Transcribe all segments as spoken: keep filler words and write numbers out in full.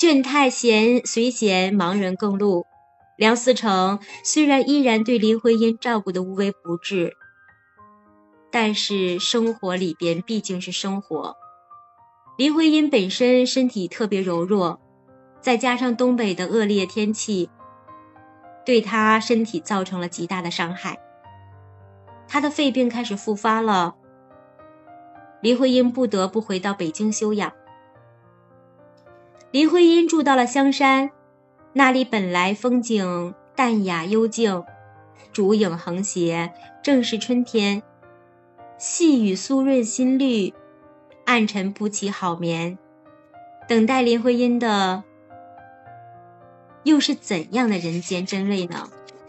卷太闲随贤，盲人更路。梁思成虽然依然对林徽因照顾得无微不至，但是生活里边毕竟是生活。林徽因本身身体特别柔弱，再加上东北的恶劣天气，对她身体造成了极大的伤害。她的肺病开始复发了，林徽因不得不回到北京休养。林徽因住到了香山，那里本来风景淡雅幽静，竹影横斜，正是春天，细雨酥润心绿，暗沉不起好眠。等待林徽因的又是怎样的人间真味呢？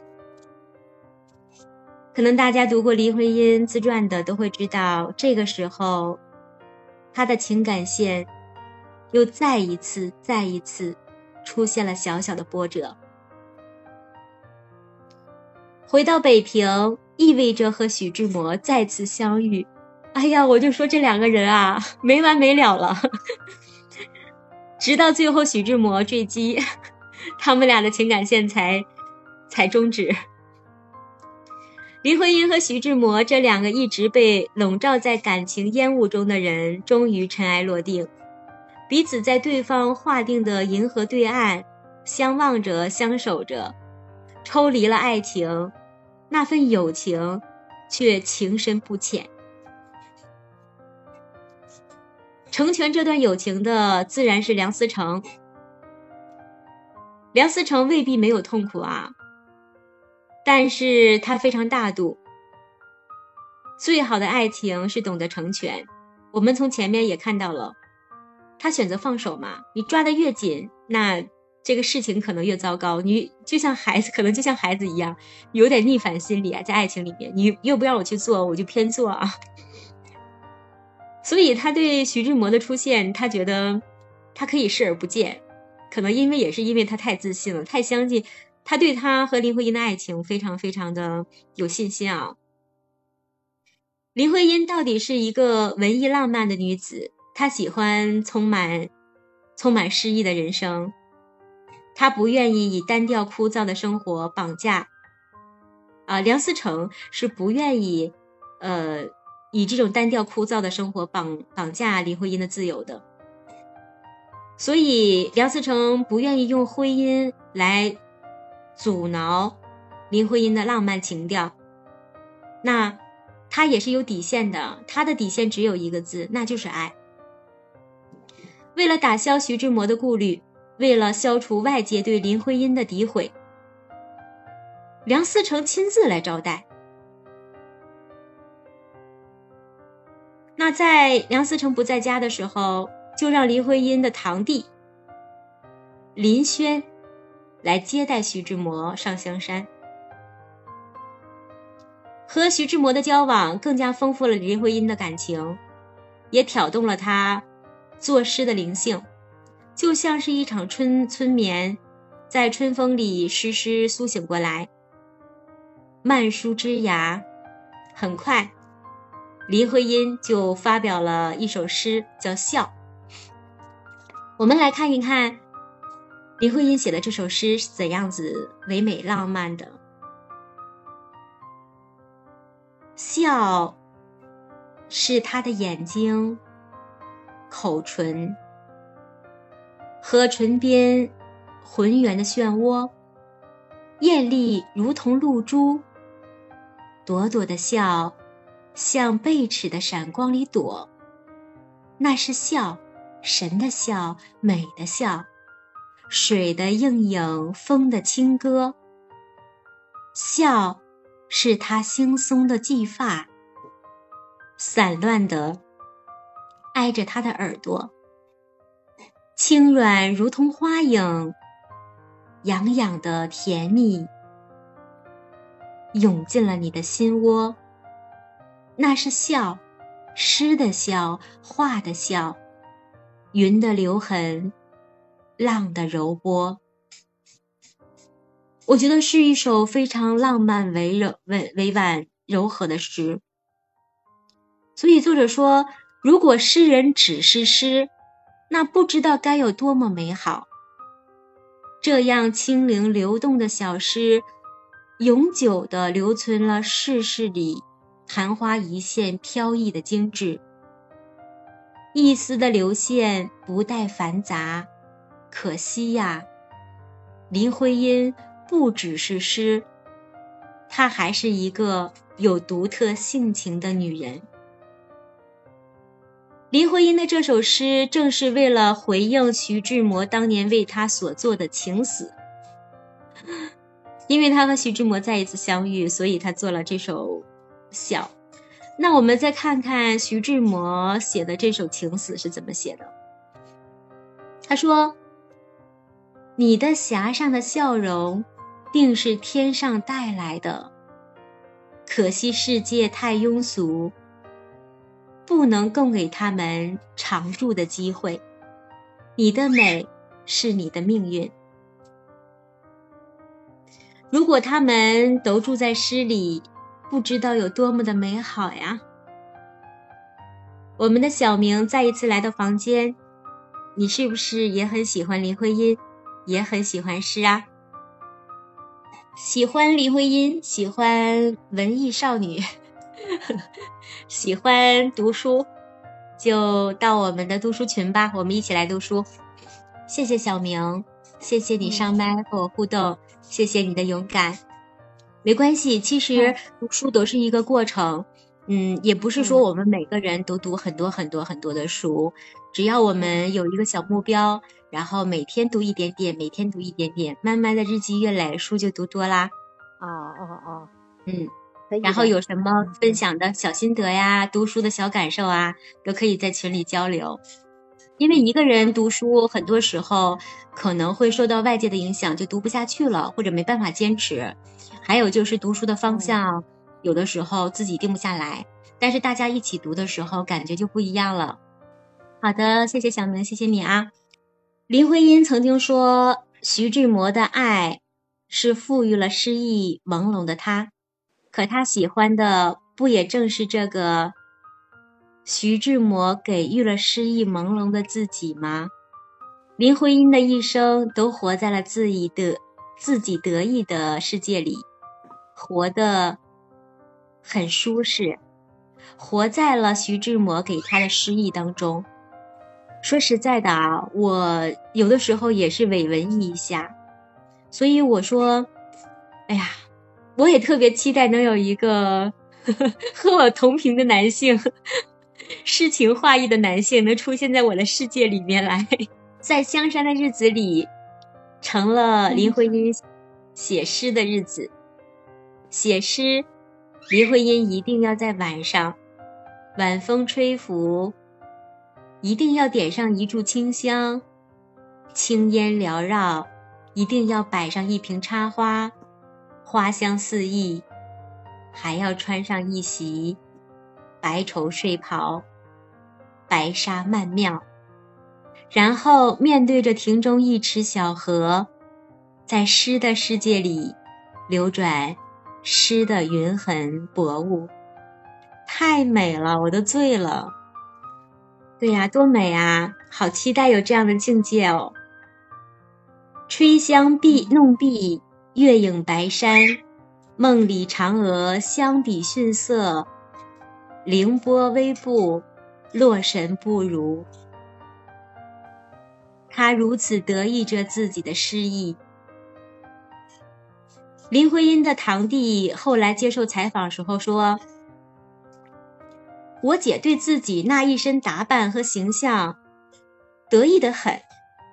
可能大家读过林徽因自传的都会知道，这个时候她的情感线又再一次再一次出现了小小的波折。回到北平意味着和徐志摩再次相遇。哎呀，我就说这两个人啊，没完没了了。直到最后徐志摩坠机，他们俩的情感线才才终止。林徽因和徐志摩这两个一直被笼罩在感情烟雾中的人，终于尘埃落定，彼此在对方划定的银河对岸相望着相守着，抽离了爱情，那份友情却情深不浅。成全这段友情的自然是梁思成。梁思成未必没有痛苦啊，但是他非常大度。最好的爱情是懂得成全，我们从前面也看到了，他选择放手嘛，你抓得越紧，那这个事情可能越糟糕。你就像孩子，可能就像孩子一样，有点逆反心理啊，在爱情里面，你又不让我去做，我就偏做啊。所以他对徐志摩的出现，他觉得他可以视而不见，可能因为也是因为他太自信了，太相信，他对他和林徽因的爱情非常非常的有信心啊。林徽因到底是一个文艺浪漫的女子，她喜欢充满充满诗意的人生，她不愿意以单调枯燥的生活绑架啊。梁思成是不愿意呃以这种单调枯燥的生活绑绑架林徽因的自由的，所以梁思成不愿意用婚姻来阻挠林徽因的浪漫情调。那他也是有底线的，他的底线只有一个字，那就是爱。为了打消徐志摩的顾虑，为了消除外界对林徽因的诋毁，梁思成亲自来招待。那在梁思成不在家的时候，就让林徽因的堂弟林轩来接待徐志摩上香山。和徐志摩的交往更加丰富了林徽因的感情，也挑动了她作诗的灵性，就像是一场春春眠，在春风里诗诗苏醒过来。漫书枝桠，很快林徽因就发表了一首诗，叫《笑》。我们来看一看林徽因写的这首诗是怎样子唯美浪漫的。笑是她的眼睛、口唇和唇边浑圆的漩涡，艳丽如同露珠，朵朵的笑向贝齿的闪光里躲，那是笑，神的笑，美的笑，水的映影，风的轻歌。笑是她惺忪的髻发，散乱的挨着她的耳朵，轻软如同花影，痒痒的甜蜜，涌进了你的心窝。那是笑，诗的笑，画的笑，云的留痕，浪的柔波。我觉得是一首非常浪漫委柔委委婉柔和的诗。所以作者说，如果诗人只是诗，那不知道该有多么美好。 这样清灵流动的小诗，永久地留存了世事里昙花一现飘逸的精致。一丝的流线不带繁杂，可惜呀，林徽因不只是诗，她还是一个有独特性情的女人。林徽因的这首诗正是为了回应徐志摩当年为她所做的情死，因为她和徐志摩再一次相遇，所以她做了这首笑。那我们再看看徐志摩写的这首情死是怎么写的。他说，你的匣上的笑容定是天上带来的，可惜世界太庸俗，不能供给他们常住的机会。你的美是你的命运。如果他们都住在诗里，不知道有多么的美好呀。我们的小明再一次来到房间，你是不是也很喜欢林徽因，也很喜欢诗啊？喜欢林徽因，喜欢文艺少女喜欢读书，就到我们的读书群吧，我们一起来读书。谢谢小明，谢谢你上麦和我互动，谢谢你的勇敢。没关系，其实读书都是一个过程，嗯，也不是说我们每个人都读很多很多很多的书，只要我们有一个小目标，然后每天读一点点，每天读一点点，慢慢的日积月累，书就读多啦。 哦哦哦， 嗯，然后有什么分享的小心得呀，读书的小感受啊，都可以在群里交流。因为一个人读书，很多时候可能会受到外界的影响，就读不下去了，或者没办法坚持。还有就是读书的方向，有的时候自己定不下来，但是大家一起读的时候，感觉就不一样了。好的，谢谢小明，谢谢你啊。林徽因曾经说，徐志摩的爱是赋予了诗意朦胧的他，可他喜欢的不也正是这个徐志摩给予了诗意朦胧的自己吗？林徽因的一生都活在了自己的自己得意的世界里，活得很舒适，活在了徐志摩给他的诗意当中。说实在的啊，我有的时候也是伪文艺一下，所以我说，哎呀，我也特别期待能有一个呵呵和我同频的男性，诗情画意的男性能出现在我的世界里面来。在香山的日子里，成了林徽因写诗的日子。写诗，林徽因一定要在晚上，晚风吹拂，一定要点上一炷清香，青烟缭绕，一定要摆上一瓶插花，花香四溢，还要穿上一袭白绸睡袍，白纱曼妙，然后面对着庭中一池小河，在诗的世界里流转诗的云痕薄雾，太美了，我都醉了。对呀，多美啊，好期待有这样的境界哦。吹香碧弄碧，月影白山，梦里嫦娥相比逊色，凌波微步，落神不如。他如此得意着自己的诗意。林徽因的堂弟后来接受采访时候说，我姐对自己那一身打扮和形象得意得很，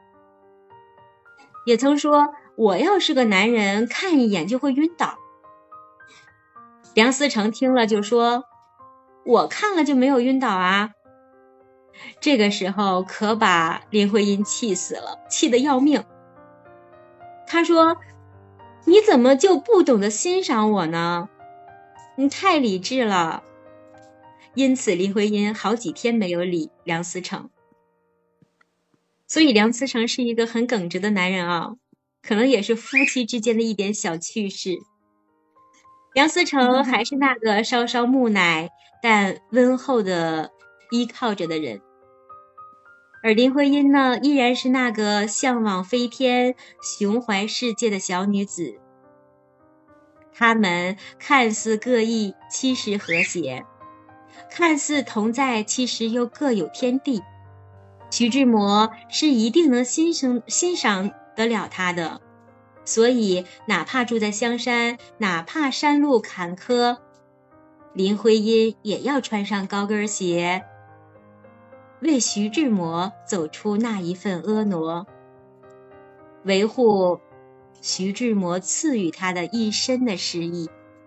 也曾说我要是个男人看一眼就会晕倒。梁思成听了就说，我看了就没有晕倒啊。这个时候可把林徽因气死了，气得要命。他说，你怎么就不懂得欣赏我呢？你太理智了。因此林徽因好几天没有理梁思成。所以梁思成是一个很耿直的男人啊，可能也是夫妻之间的一点小趣事。梁思成还是那个稍稍木讷但温厚的依靠着的人。 而林徽因呢，依然是那个向往飞天、胸怀世界的小女子。她们看似各异，其实和谐；看似同在，其实又各有天地。徐志摩是一定能欣赏欣赏得了她的，所以哪怕住在香山，哪怕山路坎坷，林徽因也要穿上高跟鞋，为徐志摩走出那一份婀娜，维护徐志摩赐予他的一身的诗意。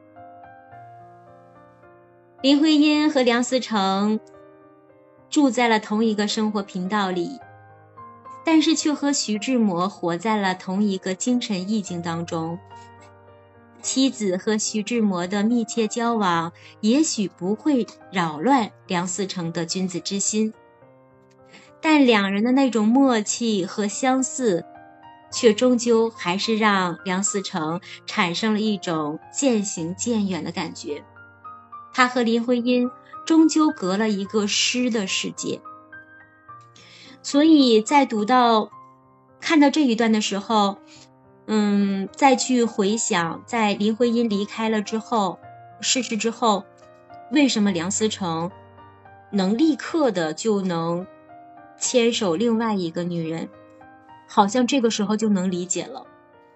林徽因和梁思成住在了同一个生活频道里，但是却和徐志摩活在了同一个精神意境当中。妻子和徐志摩的密切交往也许不会扰乱梁思成的君子之心，但两人的那种默契和相似，却终究还是让梁思成产生了一种渐行渐远的感觉。他和林徽因终究隔了一个诗的世界。所以在读到看到这一段的时候，嗯，再去回想在林徽因离开了之后，逝世之后，为什么梁思成能立刻的就能牵手另外一个女人，好像这个时候就能理解了。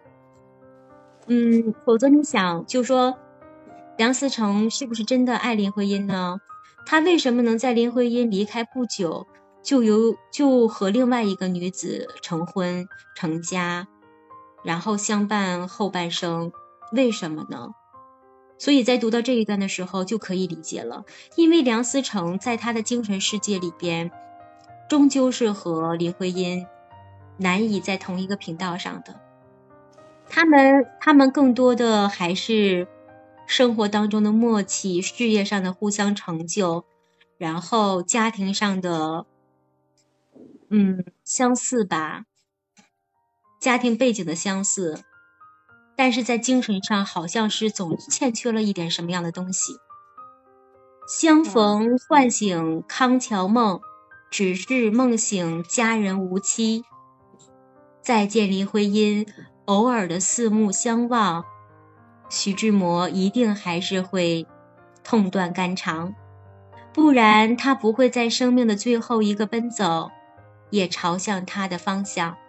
嗯，否则你想，就说梁思成是不是真的爱林徽因呢？他为什么能在林徽因离开不久就由就和另外一个女子成婚成家，然后相伴后半生？为什么呢？所以在读到这一段的时候就可以理解了，因为梁思成在他的精神世界里边终究是和林徽因难以在同一个频道上的。他们他们更多的还是生活当中的默契，事业上的互相成就，然后家庭上的嗯相似吧，家庭背景的相似，但是在精神上好像是总欠缺了一点什么样的东西。相逢唤醒康桥梦，只是梦醒佳人无期。再见林徽因，偶尔的四目相望，徐志摩一定还是会痛断肝肠，不然他不会在生命的最后一个奔走，也朝向他的方向。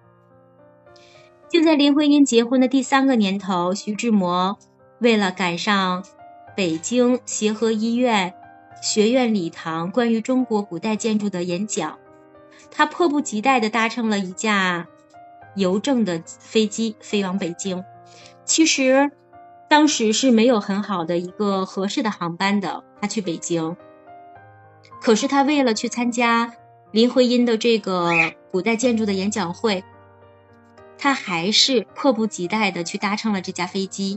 就在林徽因结婚的第三个年头，徐志摩为了赶上北京协和医院学院礼堂关于中国古代建筑的演讲，他迫不及待地搭乘了一架邮政的飞机飞往北京。其实当时是没有很好的一个合适的航班的，他去北京。可是他为了去参加林徽因的这个古代建筑的演讲会，他还是迫不及待地去搭乘了这架飞机。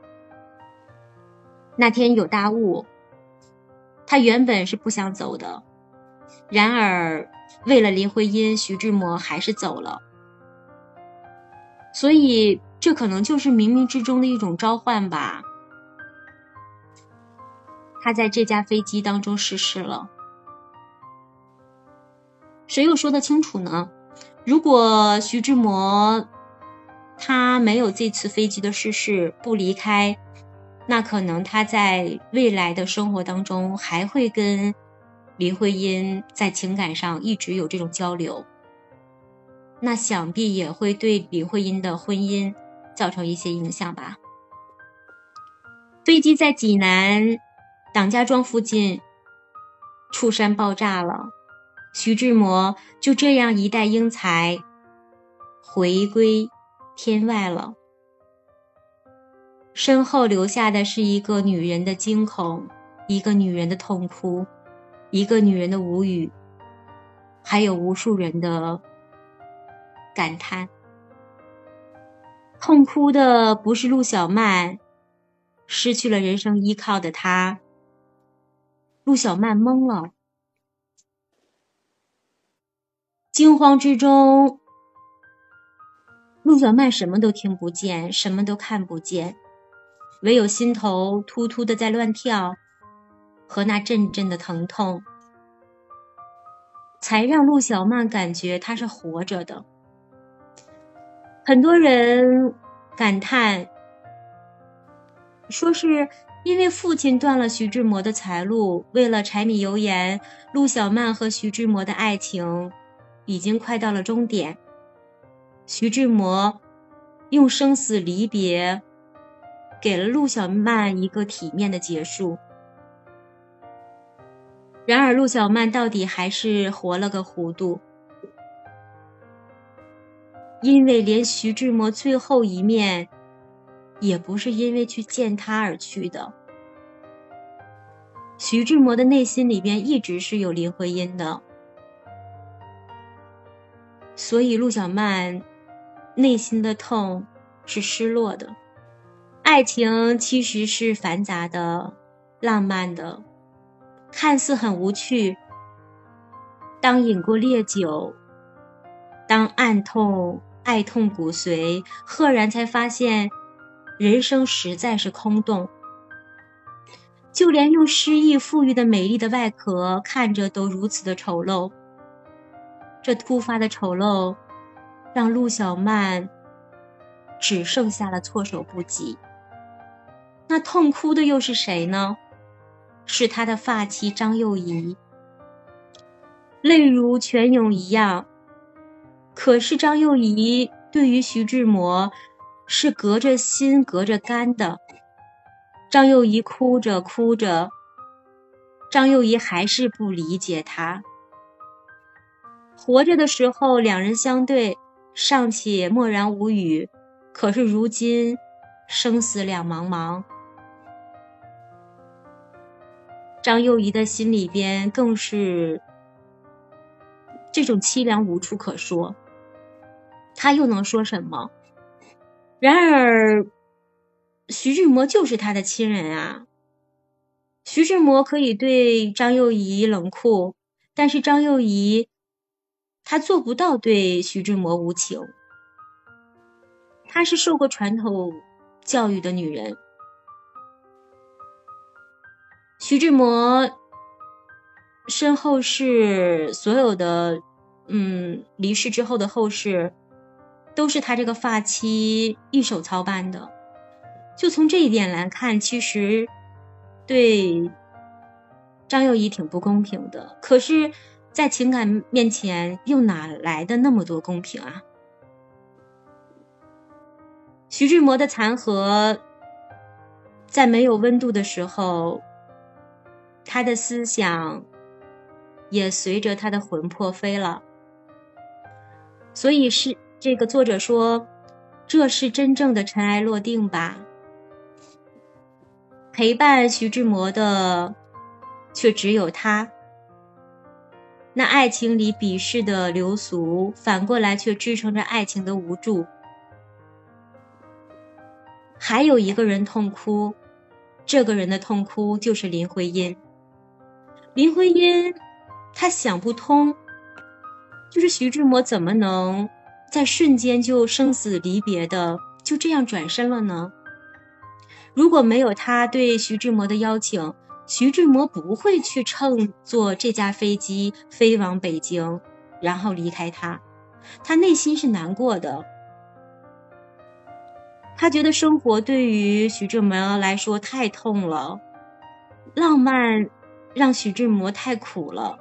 那天有大雾，他原本是不想走的，然而为了林徽因，徐志摩还是走了。所以这可能就是冥冥之中的一种召唤吧。他在这架飞机当中逝世了。谁又说得清楚呢？如果徐志摩他没有这次飞机的逝世，不离开，那可能他在未来的生活当中还会跟林徽因在情感上一直有这种交流，那想必也会对林徽因的婚姻造成一些影响吧。飞机在济南党家庄附近触山爆炸了，徐志摩就这样一代英才回归天外了。身后留下的是一个女人的惊恐，一个女人的痛哭，一个女人的无语，还有无数人的感叹。痛哭的不是陆小曼，失去了人生依靠的她，陆小曼懵了。惊慌之中，陆小曼什么都听不见，什么都看不见，唯有心头突突的在乱跳和那阵阵的疼痛。 才让陆小曼感觉她是活着的。很多人感叹说是因为父亲断了徐志摩的财路，为了柴米油盐，陆小曼和徐志摩的爱情已经快到了终点。徐志摩用生死离别给了陆小曼一个体面的结束。然而陆小曼到底还是活了个糊涂，因为连徐志摩最后一面也不是因为去见他而去的。徐志摩的内心里边一直是有林徽因的，所以陆小曼内心的痛是失落的。爱情其实是繁杂的、浪漫的，看似很无趣。当饮过烈酒，当暗痛爱痛骨髓，赫然才发现人生实在是空洞。就连用诗意赋予的美丽的外壳看着都如此的丑陋。这突发的丑陋让陆小曼只剩下了措手不及。那痛哭的又是谁呢？是他的发妻张幼仪，泪如泉涌一样。可是张幼仪对于徐志摩是隔着心隔着肝的。张幼仪哭着哭着，张幼仪还是不理解他。活着的时候两人相对，尚且默然无语，可是如今生死两茫茫。张幼仪的心里边更是这种凄凉无处可说，他又能说什么？然而徐志摩就是他的亲人啊。徐志摩可以对张幼仪冷酷，但是张幼仪她做不到对徐志摩无情。她是受过传统教育的女人。徐志摩身后事所有的嗯离世之后的后事都是他这个发妻一手操办的。就从这一点来看，其实对张幼仪挺不公平的。可是在情感面前又哪来的那么多公平啊？徐志摩的残荷在没有温度的时候，他的思想也随着他的魂魄飞了。所以是这个作者说，这是真正的尘埃落定吧。陪伴徐志摩的却只有他。那爱情里鄙视的流俗，反过来却支撑着爱情的无助。还有一个人痛哭，这个人的痛哭就是林徽因。林徽因她想不通，就是徐志摩怎么能在瞬间就生死离别的就这样转身了呢？如果没有他对徐志摩的邀请，徐志摩不会去乘坐这架飞机飞往北京，然后离开他。他内心是难过的，他觉得生活对于徐志摩来说太痛了，浪漫让徐志摩太苦了。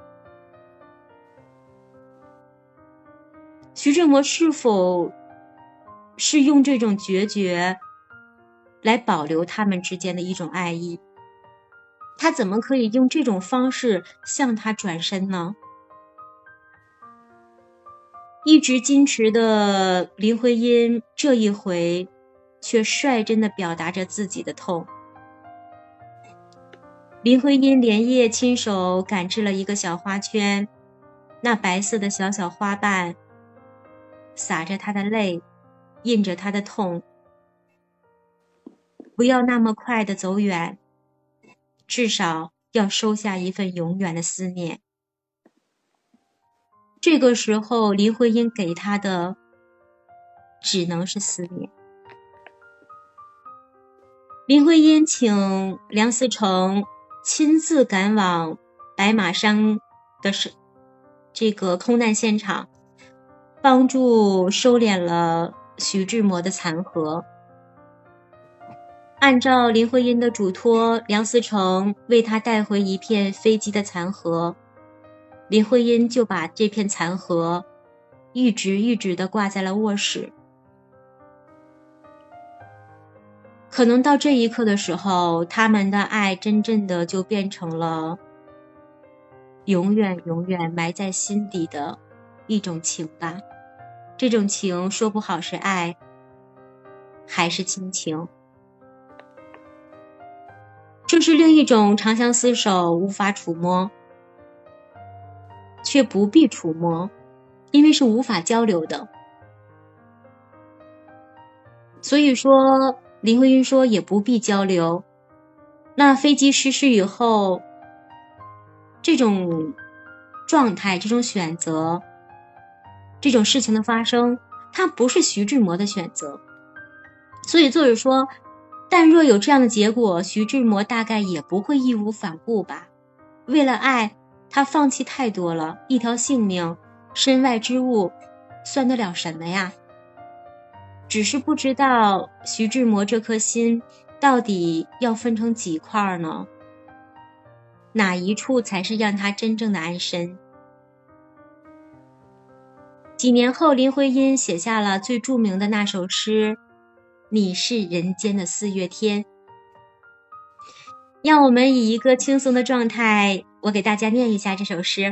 徐志摩是否是用这种决绝来保留他们之间的一种爱意？他怎么可以用这种方式向他转身呢？一直矜持的林徽因这一回却率真地表达着自己的痛。林徽因连夜亲手赶制了一个小花圈，那白色的小小花瓣洒着她的泪，印着她的痛。不要那么快地走远，至少要收下一份永远的思念。这个时候林徽因给他的只能是思念。林徽因请梁思成亲自赶往白马山的这个空难现场，帮助收敛了徐志摩的残荷。按照林徽因的嘱托，梁思成为他带回一片飞机的残荷，林徽因就把这片残荷一直一直地挂在了卧室。可能到这一刻的时候，他们的爱真正的就变成了永远永远埋在心底的一种情吧。这种情说不好是爱还是亲情，这是另一种长相厮守无法触摸却不必触摸，因为是无法交流的。所以说林徽因说也不必交流。那飞机失事以后，这种状态，这种选择，这种事情的发生，它不是徐志摩的选择。所以作者说，但若有这样的结果，徐志摩大概也不会义无反顾吧。为了爱，他放弃太多了，一条性命，身外之物，算得了什么呀？只是不知道徐志摩这颗心到底要分成几块呢？哪一处才是让他真正的安身？几年后，林徽因写下了最著名的那首诗《你是人间的四月天》。让我们以一个轻松的状态，我给大家念一下这首诗。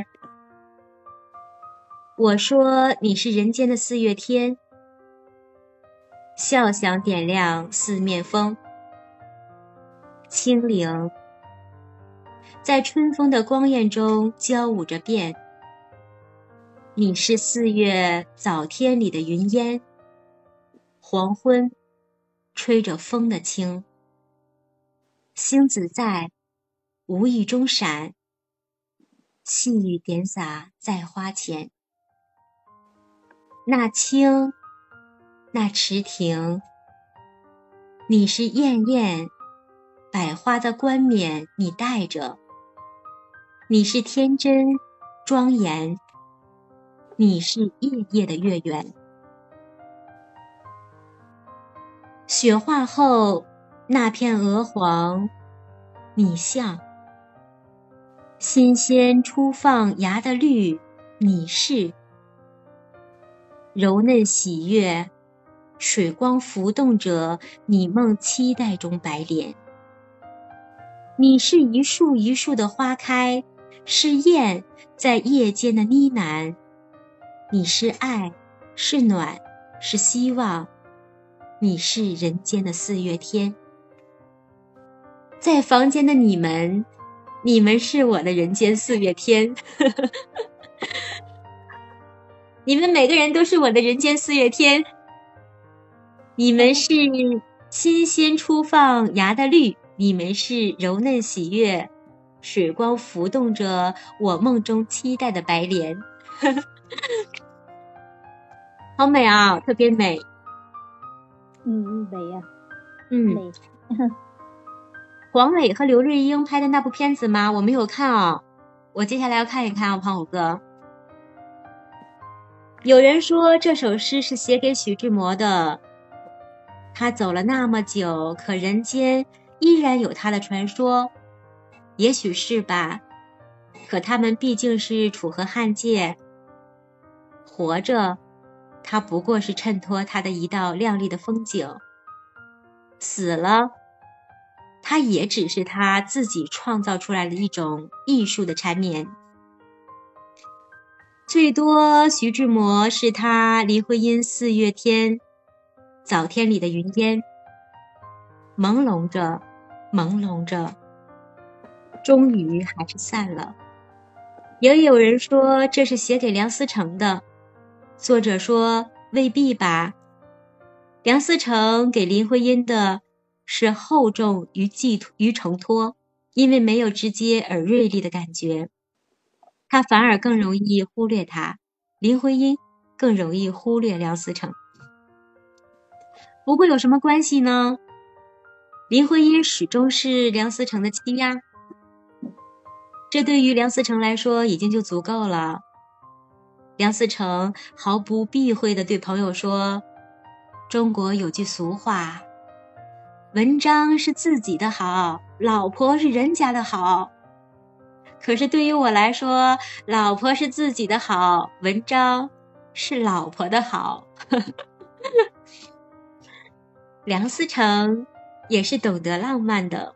我说你是人间的四月天，笑响点亮四面风，清灵在春风的光艳中交舞着变。你是四月早天里的云烟，黄昏吹着风的轻，星子在无意中闪，细雨点洒在花前。那青那池亭，你是艳艳百花的冠冕你戴着，你是天真庄严，你是夜夜的月圆。雪化后那片鹅黄你像，新鲜初放芽的绿你是，柔嫩喜悦水光浮动着你梦期待中白莲。你是一树一树的花开，是燕在夜间的呢喃，你是爱，是暖，是希望，你是人间的四月天。在房间的你们，你们是我的人间四月天。你们每个人都是我的人间四月天。你们是新鲜初放芽的绿，你们是柔嫩喜悦水光浮动着我梦中期待的白莲。好美啊，特别美。 嗯，美呀、啊， 嗯， 美。 黄磊和刘瑞英拍的那部片子吗？我没有看哦，我接下来要看一看啊，胖虎哥。有人说这首诗是写给许志摩的，他走了那么久，可人间依然有他的传说。也许是吧，可他们毕竟是楚河汉界，活着他不过是衬托他的一道亮丽的风景，死了他也只是他自己创造出来的一种艺术的缠绵。最多徐志摩是他林徽因四月天早天里的云烟，朦胧着朦胧着终于还是散了。也有人说这是写给梁思成的，作者说未必吧，梁思成给林徽因的是厚重与寄与承托，因为没有直接而锐利的感觉，他反而更容易忽略他，林徽因更容易忽略梁思成。不过有什么关系呢？林徽因始终是梁思成的妻呀，这对于梁思成来说已经就足够了。 梁思成毫不避讳地对朋友说，中国有句俗话，文章是自己的好，老婆是人家的好。可是对于我来说，老婆是自己的好，文章是老婆的好。梁思成也是懂得浪漫的，